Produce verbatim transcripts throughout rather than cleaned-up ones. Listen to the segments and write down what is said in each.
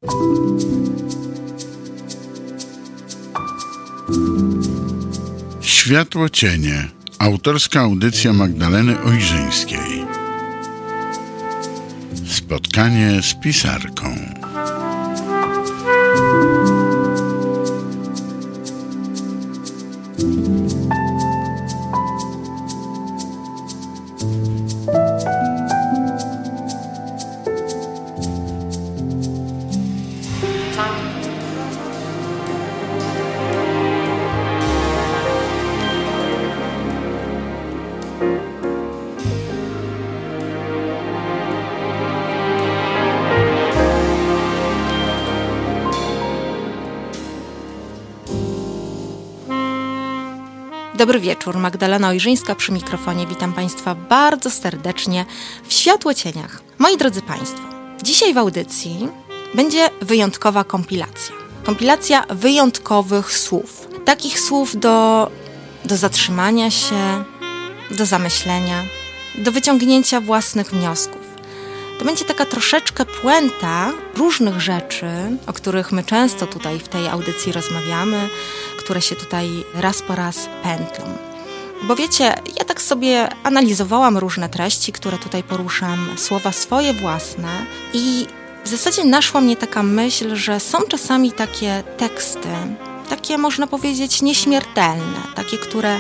Światło cienie. Autorska audycja Magdaleny Ojrzyńskiej. Spotkanie z pisarką. Dobry wieczór, Magdalena Ojrzyńska przy mikrofonie. Witam Państwa bardzo serdecznie w Światłocieniach. Moi drodzy Państwo, dzisiaj w audycji będzie wyjątkowa kompilacja. Kompilacja wyjątkowych słów. Takich słów do, do zatrzymania się, do zamyślenia, do wyciągnięcia własnych wniosków. To będzie taka troszeczkę puenta różnych rzeczy, o których my często tutaj w tej audycji rozmawiamy, które się tutaj raz po raz pętlą. Bo wiecie, ja tak sobie analizowałam różne treści, które tutaj poruszam, słowa swoje własne i w zasadzie naszła mnie taka myśl, że są czasami takie teksty, takie można powiedzieć nieśmiertelne, takie, które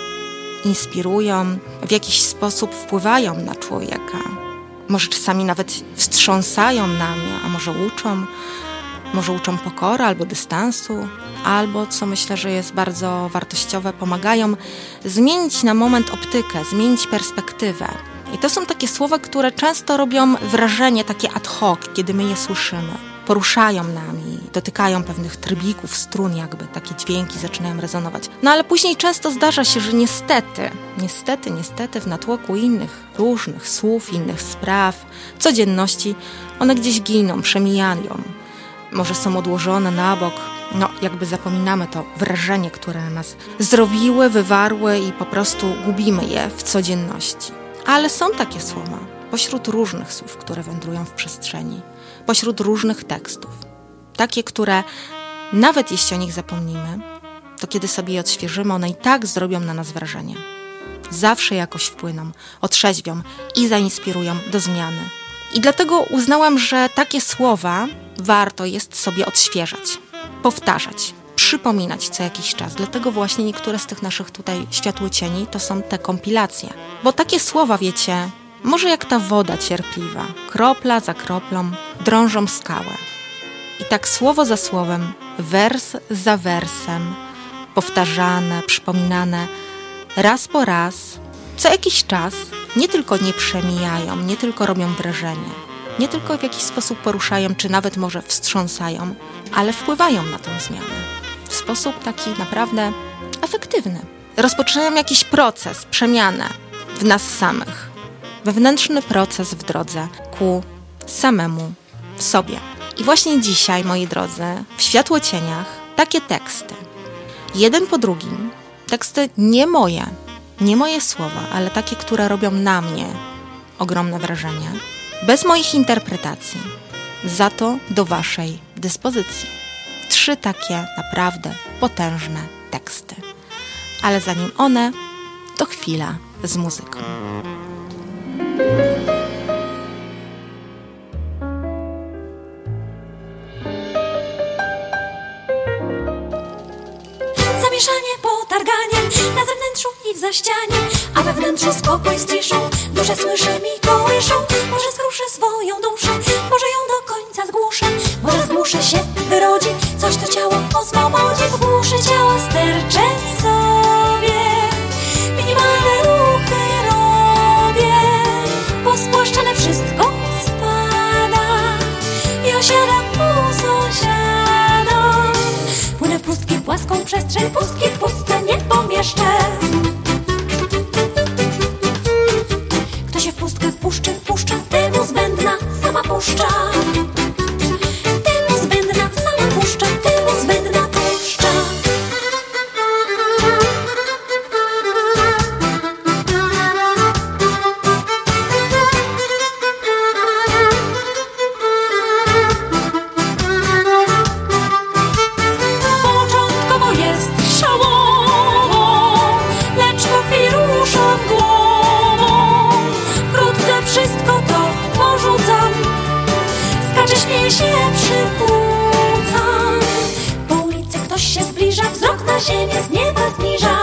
inspirują, w jakiś sposób wpływają na człowieka. Może czasami nawet wstrząsają nami, a może uczą, może uczą pokory albo dystansu, albo, co myślę, że jest bardzo wartościowe, pomagają zmienić na moment optykę, zmienić perspektywę. I to są takie słowa, które często robią wrażenie takie ad hoc, kiedy my je słyszymy. Poruszają nami, dotykają pewnych trybików, strun jakby, takie dźwięki zaczynają rezonować. No ale później często zdarza się, że niestety, niestety, niestety w natłoku innych, różnych słów, innych spraw, codzienności, one gdzieś giną, przemijają. Może są odłożone na bok, no jakby zapominamy to wrażenie, które nas zrobiły, wywarły i po prostu gubimy je w codzienności. Ale są takie słowa, pośród różnych słów, które wędrują w przestrzeni, pośród różnych tekstów. Takie, które nawet jeśli o nich zapomnimy, to kiedy sobie je odświeżymy, one i tak zrobią na nas wrażenie. Zawsze jakoś wpłyną, otrzeźwią i zainspirują do zmiany. I dlatego uznałam, że takie słowa warto jest sobie odświeżać, powtarzać, przypominać co jakiś czas. Dlatego właśnie niektóre z tych naszych tutaj światłocieni to są te kompilacje. Bo takie słowa, wiecie, może jak ta woda cierpliwa, kropla za kroplą drążą skałę. I tak słowo za słowem, wers za wersem, powtarzane, przypominane raz po raz, co jakiś czas nie tylko nie przemijają, nie tylko robią wrażenie, nie tylko w jakiś sposób poruszają, czy nawet może wstrząsają, ale wpływają na tę zmianę w sposób taki naprawdę efektywny. Rozpoczynają jakiś proces, przemianę w nas samych. Wewnętrzny proces w drodze ku samemu w sobie. I właśnie dzisiaj, moi drodzy, w Światłocieniach takie teksty. Jeden po drugim. Teksty nie moje, nie moje słowa, ale takie, które robią na mnie ogromne wrażenie. Bez moich interpretacji. Za to do waszej dyspozycji. Trzy takie naprawdę potężne teksty. Ale zanim one, to chwila z muzyką. Zamieszanie, potarganie na zewnętrzu i w zaścianie, a we wnętrzu spokój z ciszą. Duszę słyszę mi kołyszą. Może skruszę swoją duszę, może ją do końca zgłuszę. Może zgłuszę się, wyrodzi coś, co ciało oswobodzi. W głuszy ciała sterczę sobie, minimalne ruchy robię. Pospłaszczane wszystko spada i osiadam u sąsiada. Płynę w pustki, płaską przestrzeń, pustki w pustce nie pomieszczę. Kto się w pustkę wpuszczy, wpuszcza, temu zbędna sama puszcza. Temu zbędna sama puszcza, temu zbędna puszcza. mnie się przykłóca. Po ulicy ktoś się zbliża, wzrok na ziemię z nieba zniża.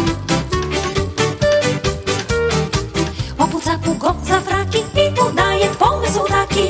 Łopuca pół go za fraki i podaje pomysł taki.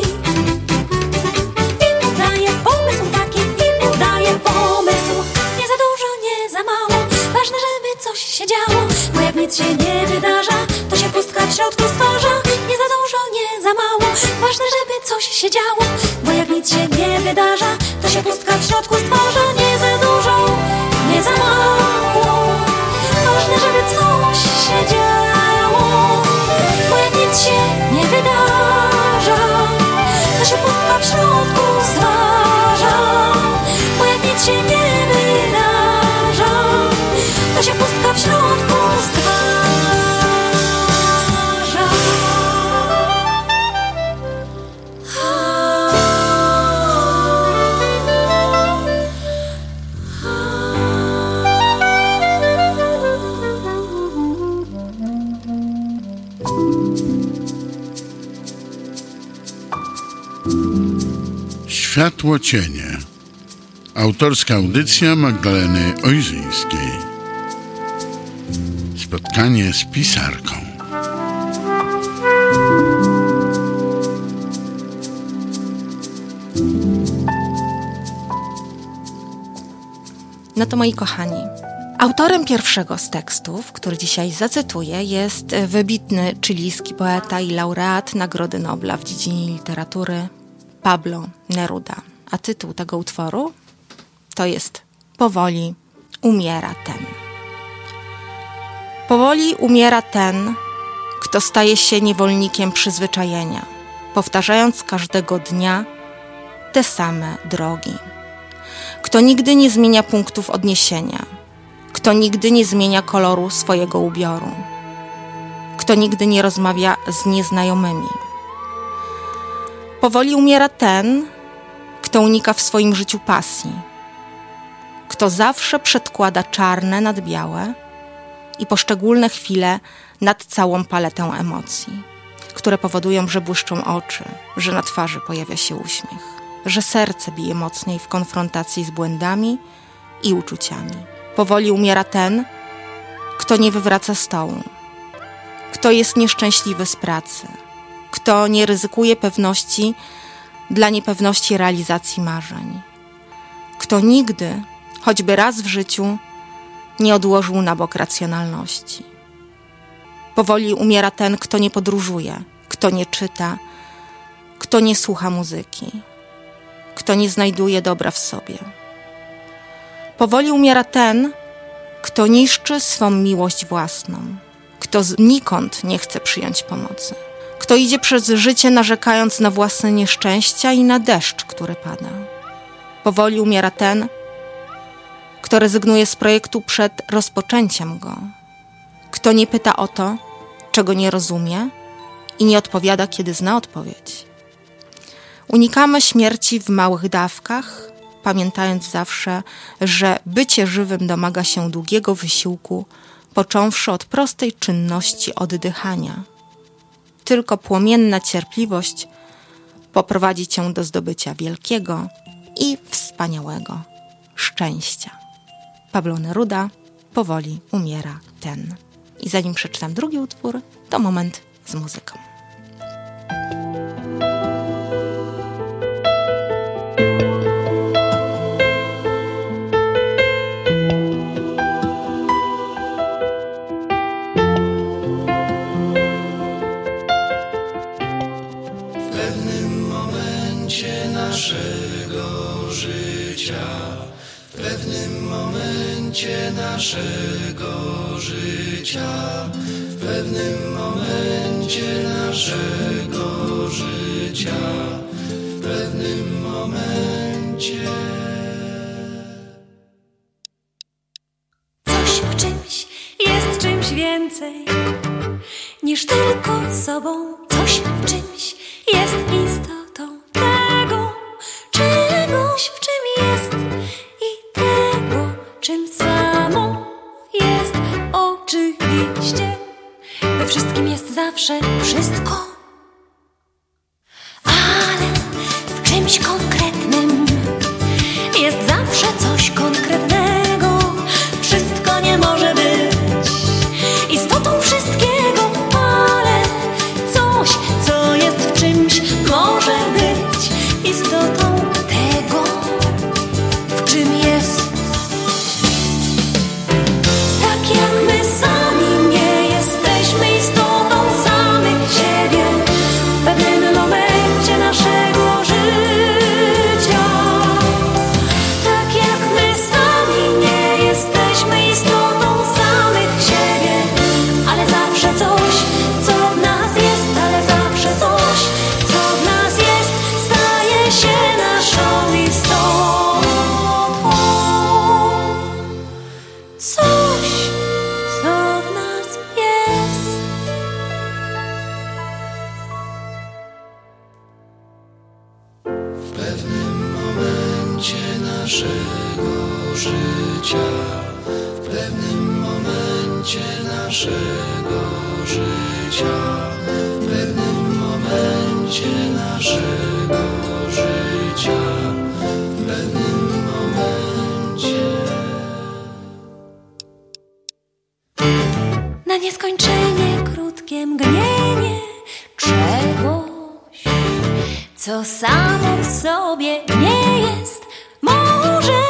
I podaje pomysł taki, i podaje pomysł. Nie za dużo, nie za mało, ważne, żeby coś się działo. Bo jak nic się nie wydarza, to się pustka w środku stwarza. Nie za dużo, nie za mało, ważne, żeby coś się działo. Bo jak nic się nie wydarza, to się pustka w środku stwarza. Nie za dużo, nie za mało, ważne, żeby coś się działo. Bo jak nic się nie wydarza, to się pustka w środku stwarza. Bo jak nic się nie wydarza, to się pustka w środku stwarza. Światło cienie. Autorska audycja Magdaleny Ojrzyńskiej. Spotkanie z pisarką. No to moi kochani, autorem pierwszego z tekstów, który dzisiaj zacytuję, jest wybitny chilijski poeta i laureat Nagrody Nobla w dziedzinie literatury Pablo Neruda. A tytuł tego utworu to jest Powoli umiera ten. Powoli umiera ten, kto staje się niewolnikiem przyzwyczajenia, powtarzając każdego dnia te same drogi. Kto nigdy nie zmienia punktów odniesienia, kto nigdy nie zmienia koloru swojego ubioru, kto nigdy nie rozmawia z nieznajomymi. Powoli umiera ten, kto unika w swoim życiu pasji, kto zawsze przedkłada czarne nad białe i poszczególne chwile nad całą paletę emocji, które powodują, że błyszczą oczy, że na twarzy pojawia się uśmiech, że serce bije mocniej w konfrontacji z błędami i uczuciami. Powoli umiera ten, kto nie wywraca stołu, kto jest nieszczęśliwy z pracy, kto nie ryzykuje pewności dla niepewności realizacji marzeń, kto nigdy, choćby raz w życiu, nie odłożył na bok racjonalności. Powoli umiera ten, kto nie podróżuje, kto nie czyta, kto nie słucha muzyki, kto nie znajduje dobra w sobie. Powoli umiera ten, kto niszczy swą miłość własną, kto znikąd nie chce przyjąć pomocy, kto idzie przez życie narzekając na własne nieszczęścia i na deszcz, który pada. Powoli umiera ten, kto rezygnuje z projektu przed rozpoczęciem go, kto nie pyta o to, czego nie rozumie i nie odpowiada, kiedy zna odpowiedź. Unikamy śmierci w małych dawkach, pamiętając zawsze, że bycie żywym domaga się długiego wysiłku, począwszy od prostej czynności oddychania. Tylko płomienna cierpliwość poprowadzi cię do zdobycia wielkiego i wspaniałego szczęścia. Pablo Neruda, Powoli umiera ten. I zanim przeczytam drugi utwór, to moment z muzyką. W pewnym momencie naszego życia, w pewnym momencie naszego życia, w pewnym momencie naszego życia, w pewnym momencie. Coś w czymś jest czymś więcej niż tylko sobą. Coś w czymś jest istotą tego czegoś, w czym jest i tego, czym samo jest. Oczywiście we wszystkim jest zawsze wszystko, ale w czymś konkretnym szlachetnym. Jest zawsze coś konkretnego, wszystko nie może być istotą wszystkiego, ale coś, co jest w czymś, może być istotą tego, w czym jest. Tak jak my sami nie jesteśmy istotą samych siebie w pewnym momencie naszego życia. Tak jak my sami nie jesteśmy istotą samych siebie, ale zawsze coś, co w nas jest, ale zawsze coś, co w nas jest, staje się naszą istotą. Coś, co w nas jest. W pewnym momencie naszego życia, w pewnym momencie naszego życia, w pewnym momencie naszego życia, w pewnym momencie. Na nieskończenie krótkie mgnienie czegoś, co samo w sobie nie jest może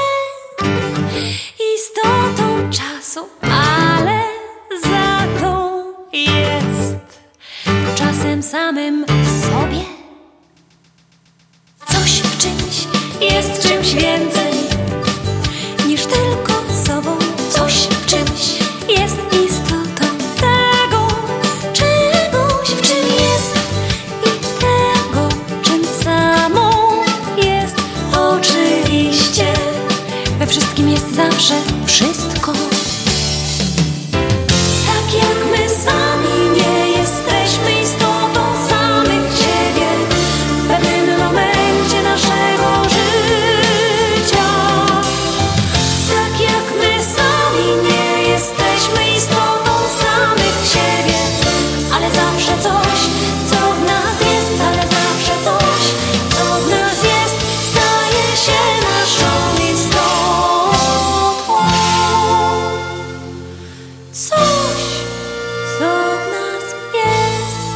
istotą czasu, ale za to jest czasem samym w sobie. Coś w czymś jest czymś więcej niż tylko sobą. Coś w czymś jest istotą tego, czegoś w czym jest i tego, czym samą jest. Oczywiście we wszystkim jest zawsze wszystko. Tak jak my sami nie jesteśmy istotą samych siebie w pewnym momencie naszego życia. Tak jak my sami nie jesteśmy istotą samych siebie, ale zawsze coś, co w nas jest, ale zawsze coś, co w nas jest, staje się naszą istotą. Coś, co w nas jest.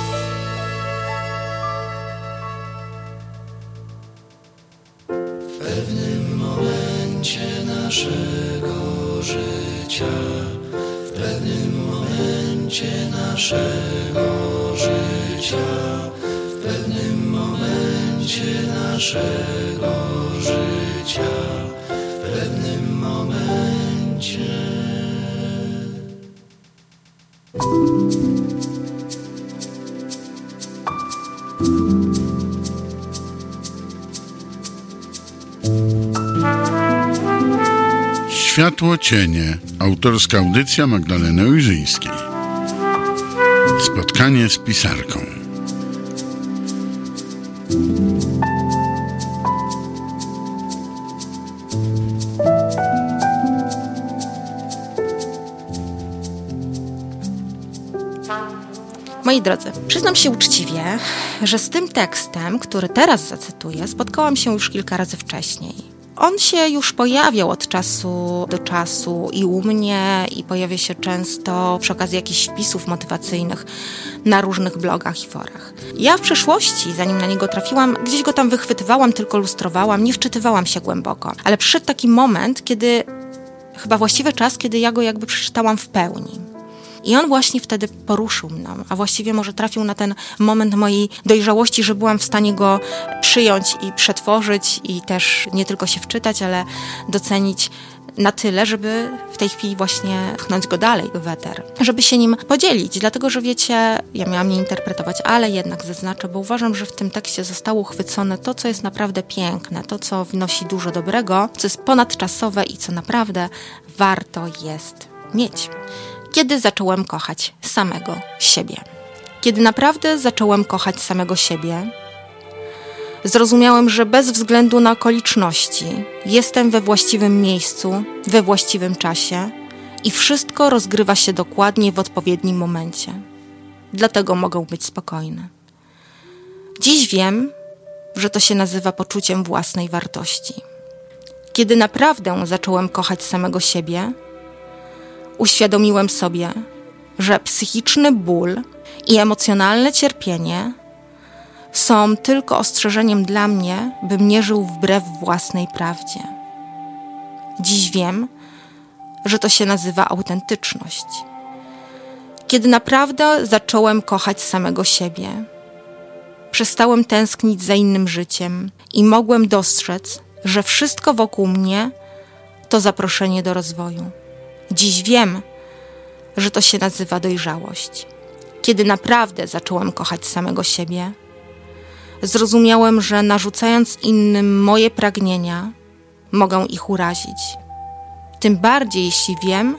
W pewnym momencie naszego życia, w pewnym momencie naszego życia, w pewnym momencie naszego życia, w pewnym momencie. Światło cienie. Autorska audycja Magdaleny Ojrzyńskiej. Spotkanie z pisarką. Moi drodzy, przyznam się uczciwie, że z tym tekstem, który teraz zacytuję, spotkałam się już kilka razy wcześniej. On się już pojawiał od czasu do czasu i u mnie, i pojawia się często przy okazji jakichś wpisów motywacyjnych na różnych blogach i forach. Ja w przeszłości, zanim na niego trafiłam, gdzieś go tam wychwytywałam, tylko lustrowałam, nie wczytywałam się głęboko. Ale przyszedł taki moment, kiedy, chyba właściwy czas, kiedy ja go jakby przeczytałam w pełni. I on właśnie wtedy poruszył mną, a właściwie może trafił na ten moment mojej dojrzałości, że byłam w stanie go przyjąć i przetworzyć i też nie tylko się wczytać, ale docenić na tyle, żeby w tej chwili właśnie pchnąć go dalej w eter, żeby się nim podzielić, dlatego, że wiecie, ja miałam nie interpretować, ale jednak zaznaczę, bo uważam, że w tym tekście zostało uchwycone to, co jest naprawdę piękne, to, co wnosi dużo dobrego, co jest ponadczasowe i co naprawdę warto jest mieć. Kiedy zacząłem kochać samego siebie. Kiedy naprawdę zacząłem kochać samego siebie, zrozumiałem, że bez względu na okoliczności jestem we właściwym miejscu, we właściwym czasie i wszystko rozgrywa się dokładnie w odpowiednim momencie. Dlatego mogę być spokojny. Dziś wiem, że to się nazywa poczuciem własnej wartości. Kiedy naprawdę zacząłem kochać samego siebie, uświadomiłem sobie, że psychiczny ból i emocjonalne cierpienie są tylko ostrzeżeniem dla mnie, bym nie żył wbrew własnej prawdzie. Dziś wiem, że to się nazywa autentyczność. Kiedy naprawdę zacząłem kochać samego siebie, przestałem tęsknić za innym życiem i mogłem dostrzec, że wszystko wokół mnie to zaproszenie do rozwoju. Dziś wiem, że to się nazywa dojrzałość. Kiedy naprawdę zacząłem kochać samego siebie, zrozumiałem, że narzucając innym moje pragnienia, mogę ich urazić. Tym bardziej, jeśli wiem,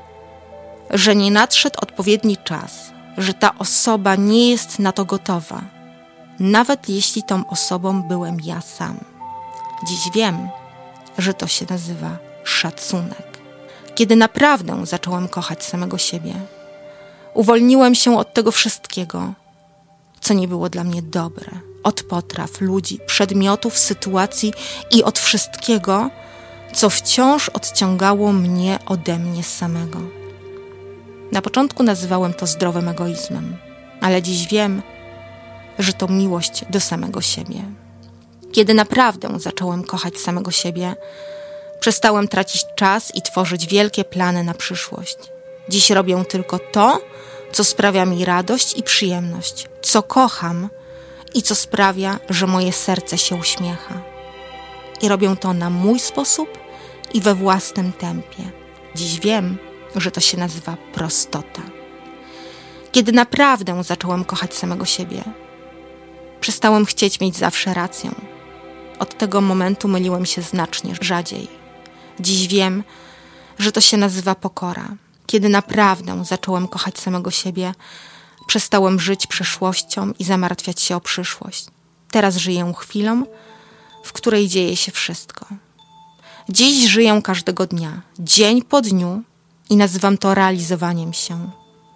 że nie nadszedł odpowiedni czas, że ta osoba nie jest na to gotowa, nawet jeśli tą osobą byłem ja sam. Dziś wiem, że to się nazywa szacunek. Kiedy naprawdę zacząłem kochać samego siebie, uwolniłem się od tego wszystkiego, co nie było dla mnie dobre, od potraw, ludzi, przedmiotów, sytuacji i od wszystkiego, co wciąż odciągało mnie ode mnie samego. Na początku nazywałem to zdrowym egoizmem, ale dziś wiem, że to miłość do samego siebie. Kiedy naprawdę zacząłem kochać samego siebie, przestałem tracić czas i tworzyć wielkie plany na przyszłość. Dziś robię tylko to, co sprawia mi radość i przyjemność, co kocham i co sprawia, że moje serce się uśmiecha. I robię to na mój sposób i we własnym tempie. Dziś wiem, że to się nazywa prostota. Kiedy naprawdę zacząłem kochać samego siebie, przestałem chcieć mieć zawsze rację. Od tego momentu myliłem się znacznie rzadziej. Dziś wiem, że to się nazywa pokora. Kiedy naprawdę zacząłem kochać samego siebie, przestałem żyć przeszłością i zamartwiać się o przyszłość. Teraz żyję chwilą, w której dzieje się wszystko. Dziś żyję każdego dnia, dzień po dniu i nazywam to realizowaniem się.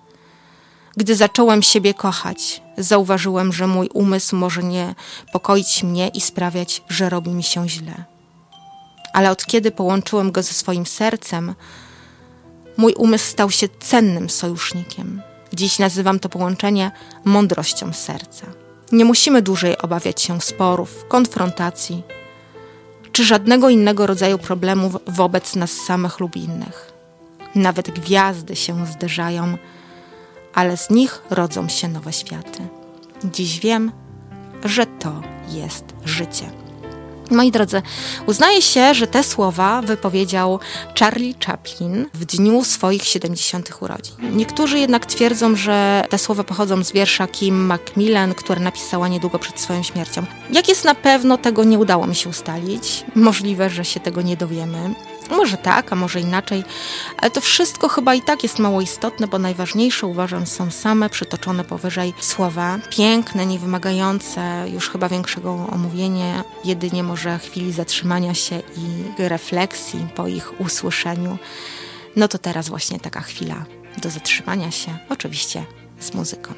Gdy zacząłem siebie kochać, zauważyłem, że mój umysł może niepokoić mnie i sprawiać, że robi mi się źle. Ale od kiedy połączyłem go ze swoim sercem, mój umysł stał się cennym sojusznikiem. Dziś nazywam to połączenie mądrością serca. Nie musimy dłużej obawiać się sporów, konfrontacji, czy żadnego innego rodzaju problemów wobec nas samych lub innych. Nawet gwiazdy się zderzają, ale z nich rodzą się nowe światy. Dziś wiem, że to jest życie. Moi drodzy, uznaje się, że te słowa wypowiedział Charlie Chaplin w dniu swoich siedemdziesiątych urodzin. Niektórzy jednak twierdzą, że te słowa pochodzą z wiersza Kim Macmillan, które napisała niedługo przed swoją śmiercią. Jak jest na pewno, tego nie udało mi się ustalić. Możliwe, że się tego nie dowiemy. Może tak, a może inaczej, ale to wszystko chyba i tak jest mało istotne, bo najważniejsze uważam są same przytoczone powyżej słowa. Piękne, niewymagające już chyba większego omówienia, jedynie może chwili zatrzymania się i refleksji po ich usłyszeniu. No to teraz właśnie taka chwila do zatrzymania się, oczywiście z muzyką.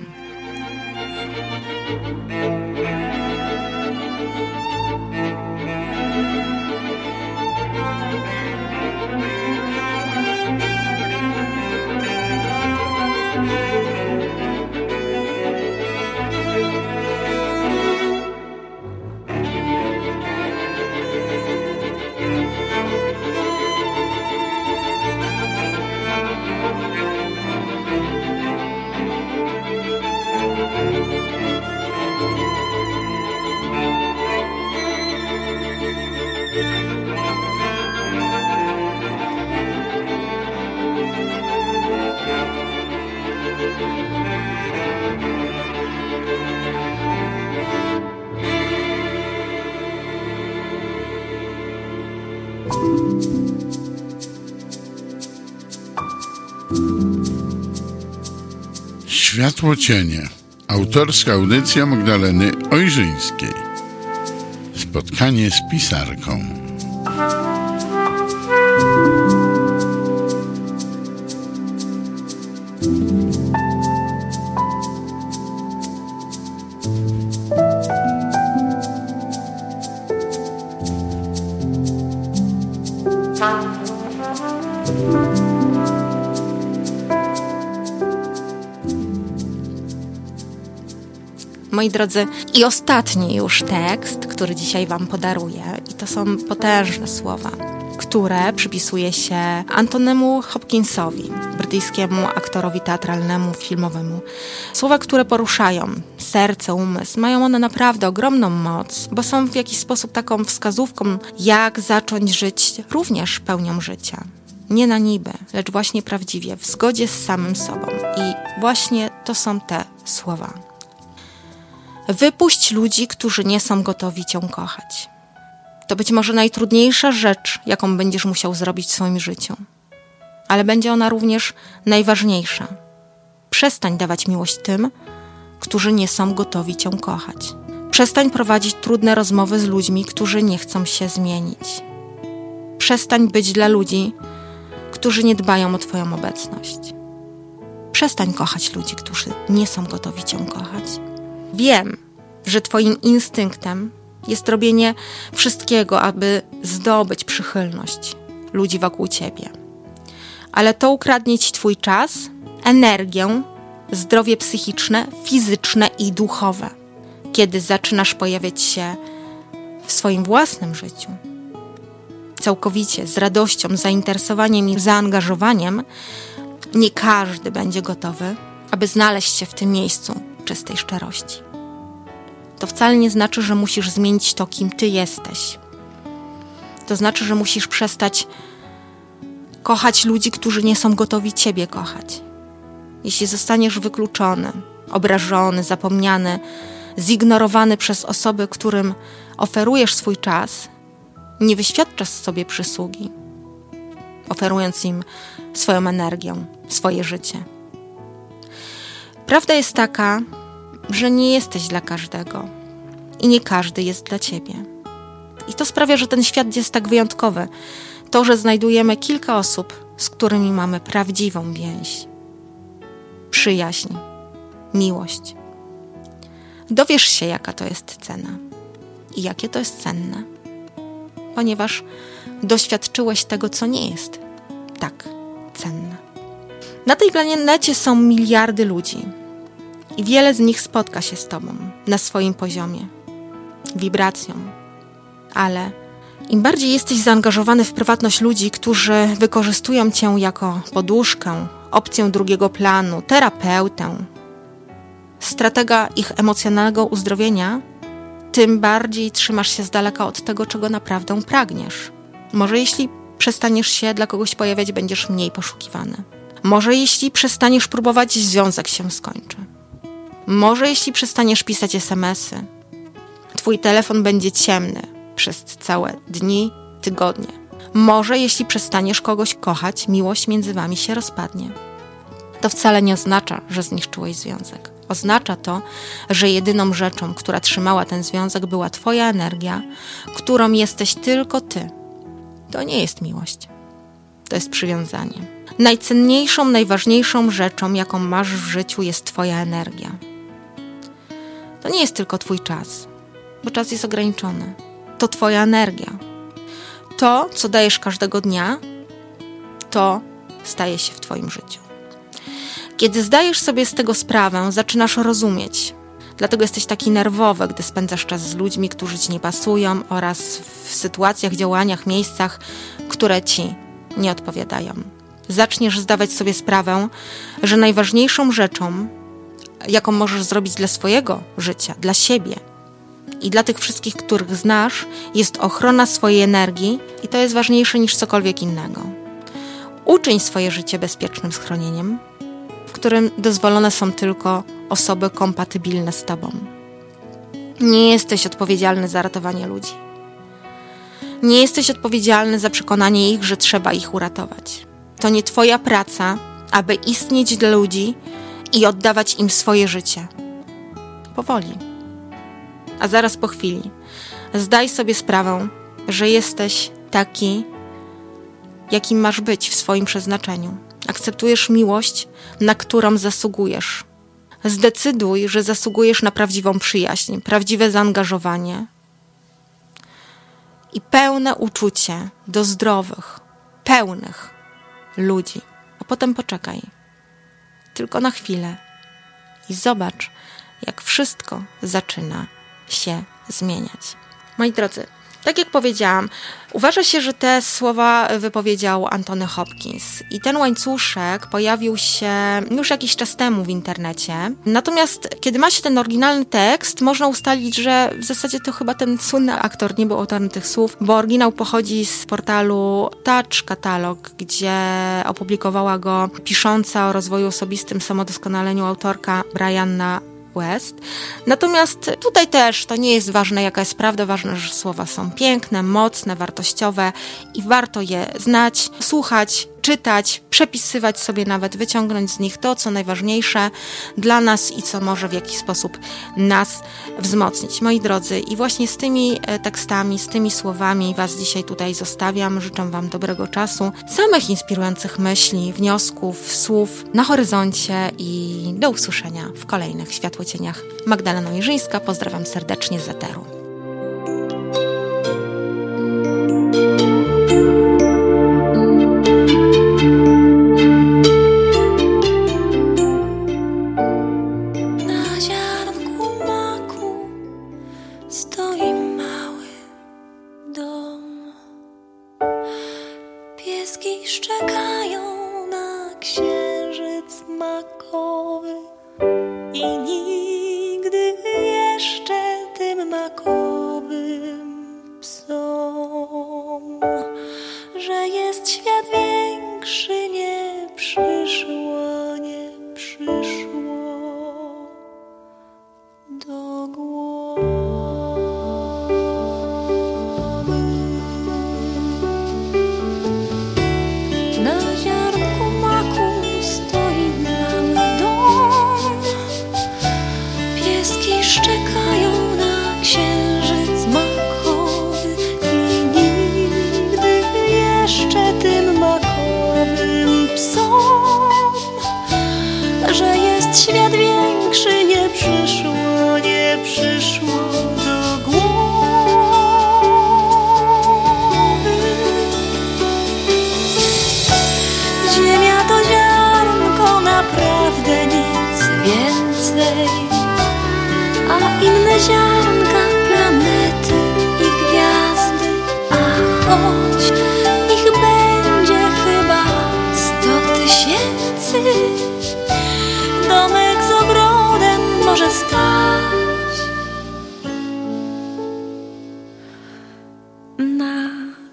Światło cienie. Autorska audycja Magdaleny Ojrzyńskiej. Spotkanie z pisarką. Moi drodzy, i ostatni już tekst, który dzisiaj wam podaruję, i to są potężne słowa, które przypisuje się Anthonymu Hopkinsowi, brytyjskiemu aktorowi teatralnemu, filmowemu. Słowa, które poruszają serce, umysł, mają one naprawdę ogromną moc, bo są w jakiś sposób taką wskazówką, jak zacząć żyć również pełnią życia. Nie na niby, lecz właśnie prawdziwie, w zgodzie z samym sobą. I właśnie to są te słowa. Wypuść ludzi, którzy nie są gotowi cię kochać. To być może najtrudniejsza rzecz, jaką będziesz musiał zrobić w swoim życiu. Ale będzie ona również najważniejsza. Przestań dawać miłość tym, którzy nie są gotowi cię kochać. Przestań prowadzić trudne rozmowy z ludźmi, którzy nie chcą się zmienić. Przestań być dla ludzi, którzy nie dbają o twoją obecność. Przestań kochać ludzi, którzy nie są gotowi cię kochać. Wiem, że twoim instynktem jest robienie wszystkiego, aby zdobyć przychylność ludzi wokół ciebie. Ale to ukradnie ci twój czas, energię, zdrowie psychiczne, fizyczne i duchowe. Kiedy zaczynasz pojawiać się w swoim własnym życiu, całkowicie, z radością, zainteresowaniem i zaangażowaniem, nie każdy będzie gotowy, aby znaleźć się w tym miejscu czystej szczerości. To wcale nie znaczy, że musisz zmienić to, kim ty jesteś. To znaczy, że musisz przestać kochać ludzi, którzy nie są gotowi ciebie kochać. Jeśli zostaniesz wykluczony, obrażony, zapomniany, zignorowany przez osoby, którym oferujesz swój czas, nie wyświadczasz sobie przysługi, oferując im swoją energię, swoje życie. Prawda jest taka, że nie jesteś dla każdego i nie każdy jest dla ciebie. I to sprawia, że ten świat jest tak wyjątkowy. To, że znajdujemy kilka osób, z którymi mamy prawdziwą więź, przyjaźń, miłość. Dowiesz się, jaka to jest cena i jakie to jest cenne, ponieważ doświadczyłeś tego, co nie jest tak cenne. Na tej planecie są miliardy ludzi i wiele z nich spotka się z tobą na swoim poziomie, wibracją, ale im bardziej jesteś zaangażowany w prywatność ludzi, którzy wykorzystują cię jako poduszkę, opcję drugiego planu, terapeutę, stratega ich emocjonalnego uzdrowienia, tym bardziej trzymasz się z daleka od tego, czego naprawdę pragniesz. Może jeśli przestaniesz się dla kogoś pojawiać, będziesz mniej poszukiwany. Może jeśli przestaniesz próbować, związek się skończy. Może jeśli przestaniesz pisać es em esy, twój telefon będzie ciemny przez całe dni, tygodnie. Może jeśli przestaniesz kogoś kochać, miłość między wami się rozpadnie. To wcale nie oznacza, że zniszczyłeś związek. Oznacza to, że jedyną rzeczą, która trzymała ten związek, była twoja energia, którą jesteś tylko ty. To nie jest miłość. To jest przywiązanie. Najcenniejszą, najważniejszą rzeczą, jaką masz w życiu, jest twoja energia. To nie jest tylko twój czas, bo czas jest ograniczony. To twoja energia. To, co dajesz każdego dnia, to staje się w twoim życiu. Kiedy zdajesz sobie z tego sprawę, zaczynasz rozumieć. Dlatego jesteś taki nerwowy, gdy spędzasz czas z ludźmi, którzy ci nie pasują, oraz w sytuacjach, działaniach, miejscach, które ci nie odpowiadają. Zaczniesz zdawać sobie sprawę, że najważniejszą rzeczą, jaką możesz zrobić dla swojego życia, dla siebie i dla tych wszystkich, których znasz, jest ochrona swojej energii i to jest ważniejsze niż cokolwiek innego. Uczyń swoje życie bezpiecznym schronieniem, w którym dozwolone są tylko osoby kompatybilne z tobą. Nie jesteś odpowiedzialny za ratowanie ludzi. Nie jesteś odpowiedzialny za przekonanie ich, że trzeba ich uratować. To nie twoja praca, aby istnieć dla ludzi i oddawać im swoje życie. Powoli. A zaraz po chwili zdaj sobie sprawę, że jesteś taki, jakim masz być w swoim przeznaczeniu. Akceptujesz miłość, na którą zasługujesz. Zdecyduj, że zasługujesz na prawdziwą przyjaźń, prawdziwe zaangażowanie i pełne uczucie do zdrowych, pełnych ludzi. A potem poczekaj. Tylko na chwilę. I zobacz, jak wszystko zaczyna się zmieniać. Moi drodzy, tak jak powiedziałam, uważa się, że te słowa wypowiedział Anthony Hopkins i ten łańcuszek pojawił się już jakiś czas temu w internecie. Natomiast kiedy ma się ten oryginalny tekst, można ustalić, że w zasadzie to chyba ten słynny aktor nie był autorem tych słów, bo oryginał pochodzi z portalu Touch Catalog, gdzie opublikowała go pisząca o rozwoju osobistym, samodoskonaleniu autorka Brianna West. Natomiast tutaj też to nie jest ważne, jaka jest prawda, ważne, że słowa są piękne, mocne, wartościowe i warto je znać, słuchać, czytać, przepisywać sobie nawet, wyciągnąć z nich to, co najważniejsze dla nas i co może w jakiś sposób nas wzmocnić. Moi drodzy, i właśnie z tymi tekstami, z tymi słowami Was dzisiaj tutaj zostawiam. Życzę Wam dobrego czasu, samych inspirujących myśli, wniosków, słów na horyzoncie i do usłyszenia w kolejnych Światłocieniach. Magdalena Ojrzyńska, pozdrawiam serdecznie z eteru. Świat większy nie przyszło, nie przyszło do głowy. Ziemia to ziarnko, naprawdę nic więcej, a inne ziarnka, planety i gwiazdy. A choć ich będzie chyba sto tysięcy, domek z ogrodem może stać na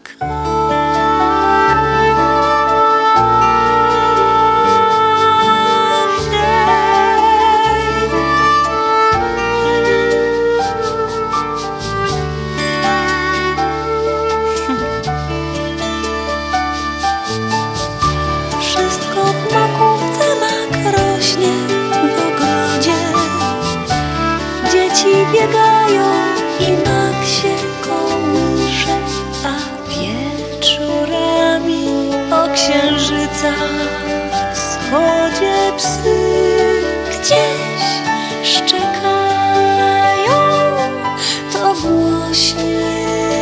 wszystko w makówce mak rośnie w ogrodzie. Dzieci biegają i mak się kołysze, a wieczorami o księżycach wschodzie psy gdzieś szczekają, to głośniej,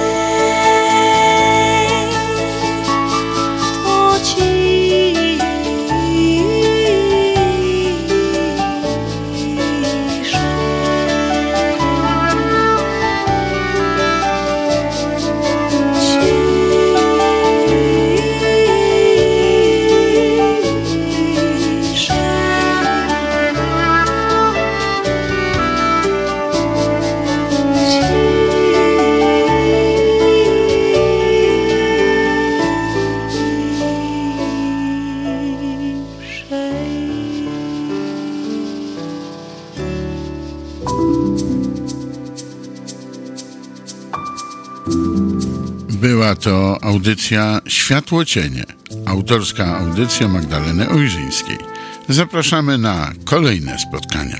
to ciszej. Była to audycja Światłocienie, autorska audycja Magdaleny Ojrzyńskiej. Zapraszamy na kolejne spotkania.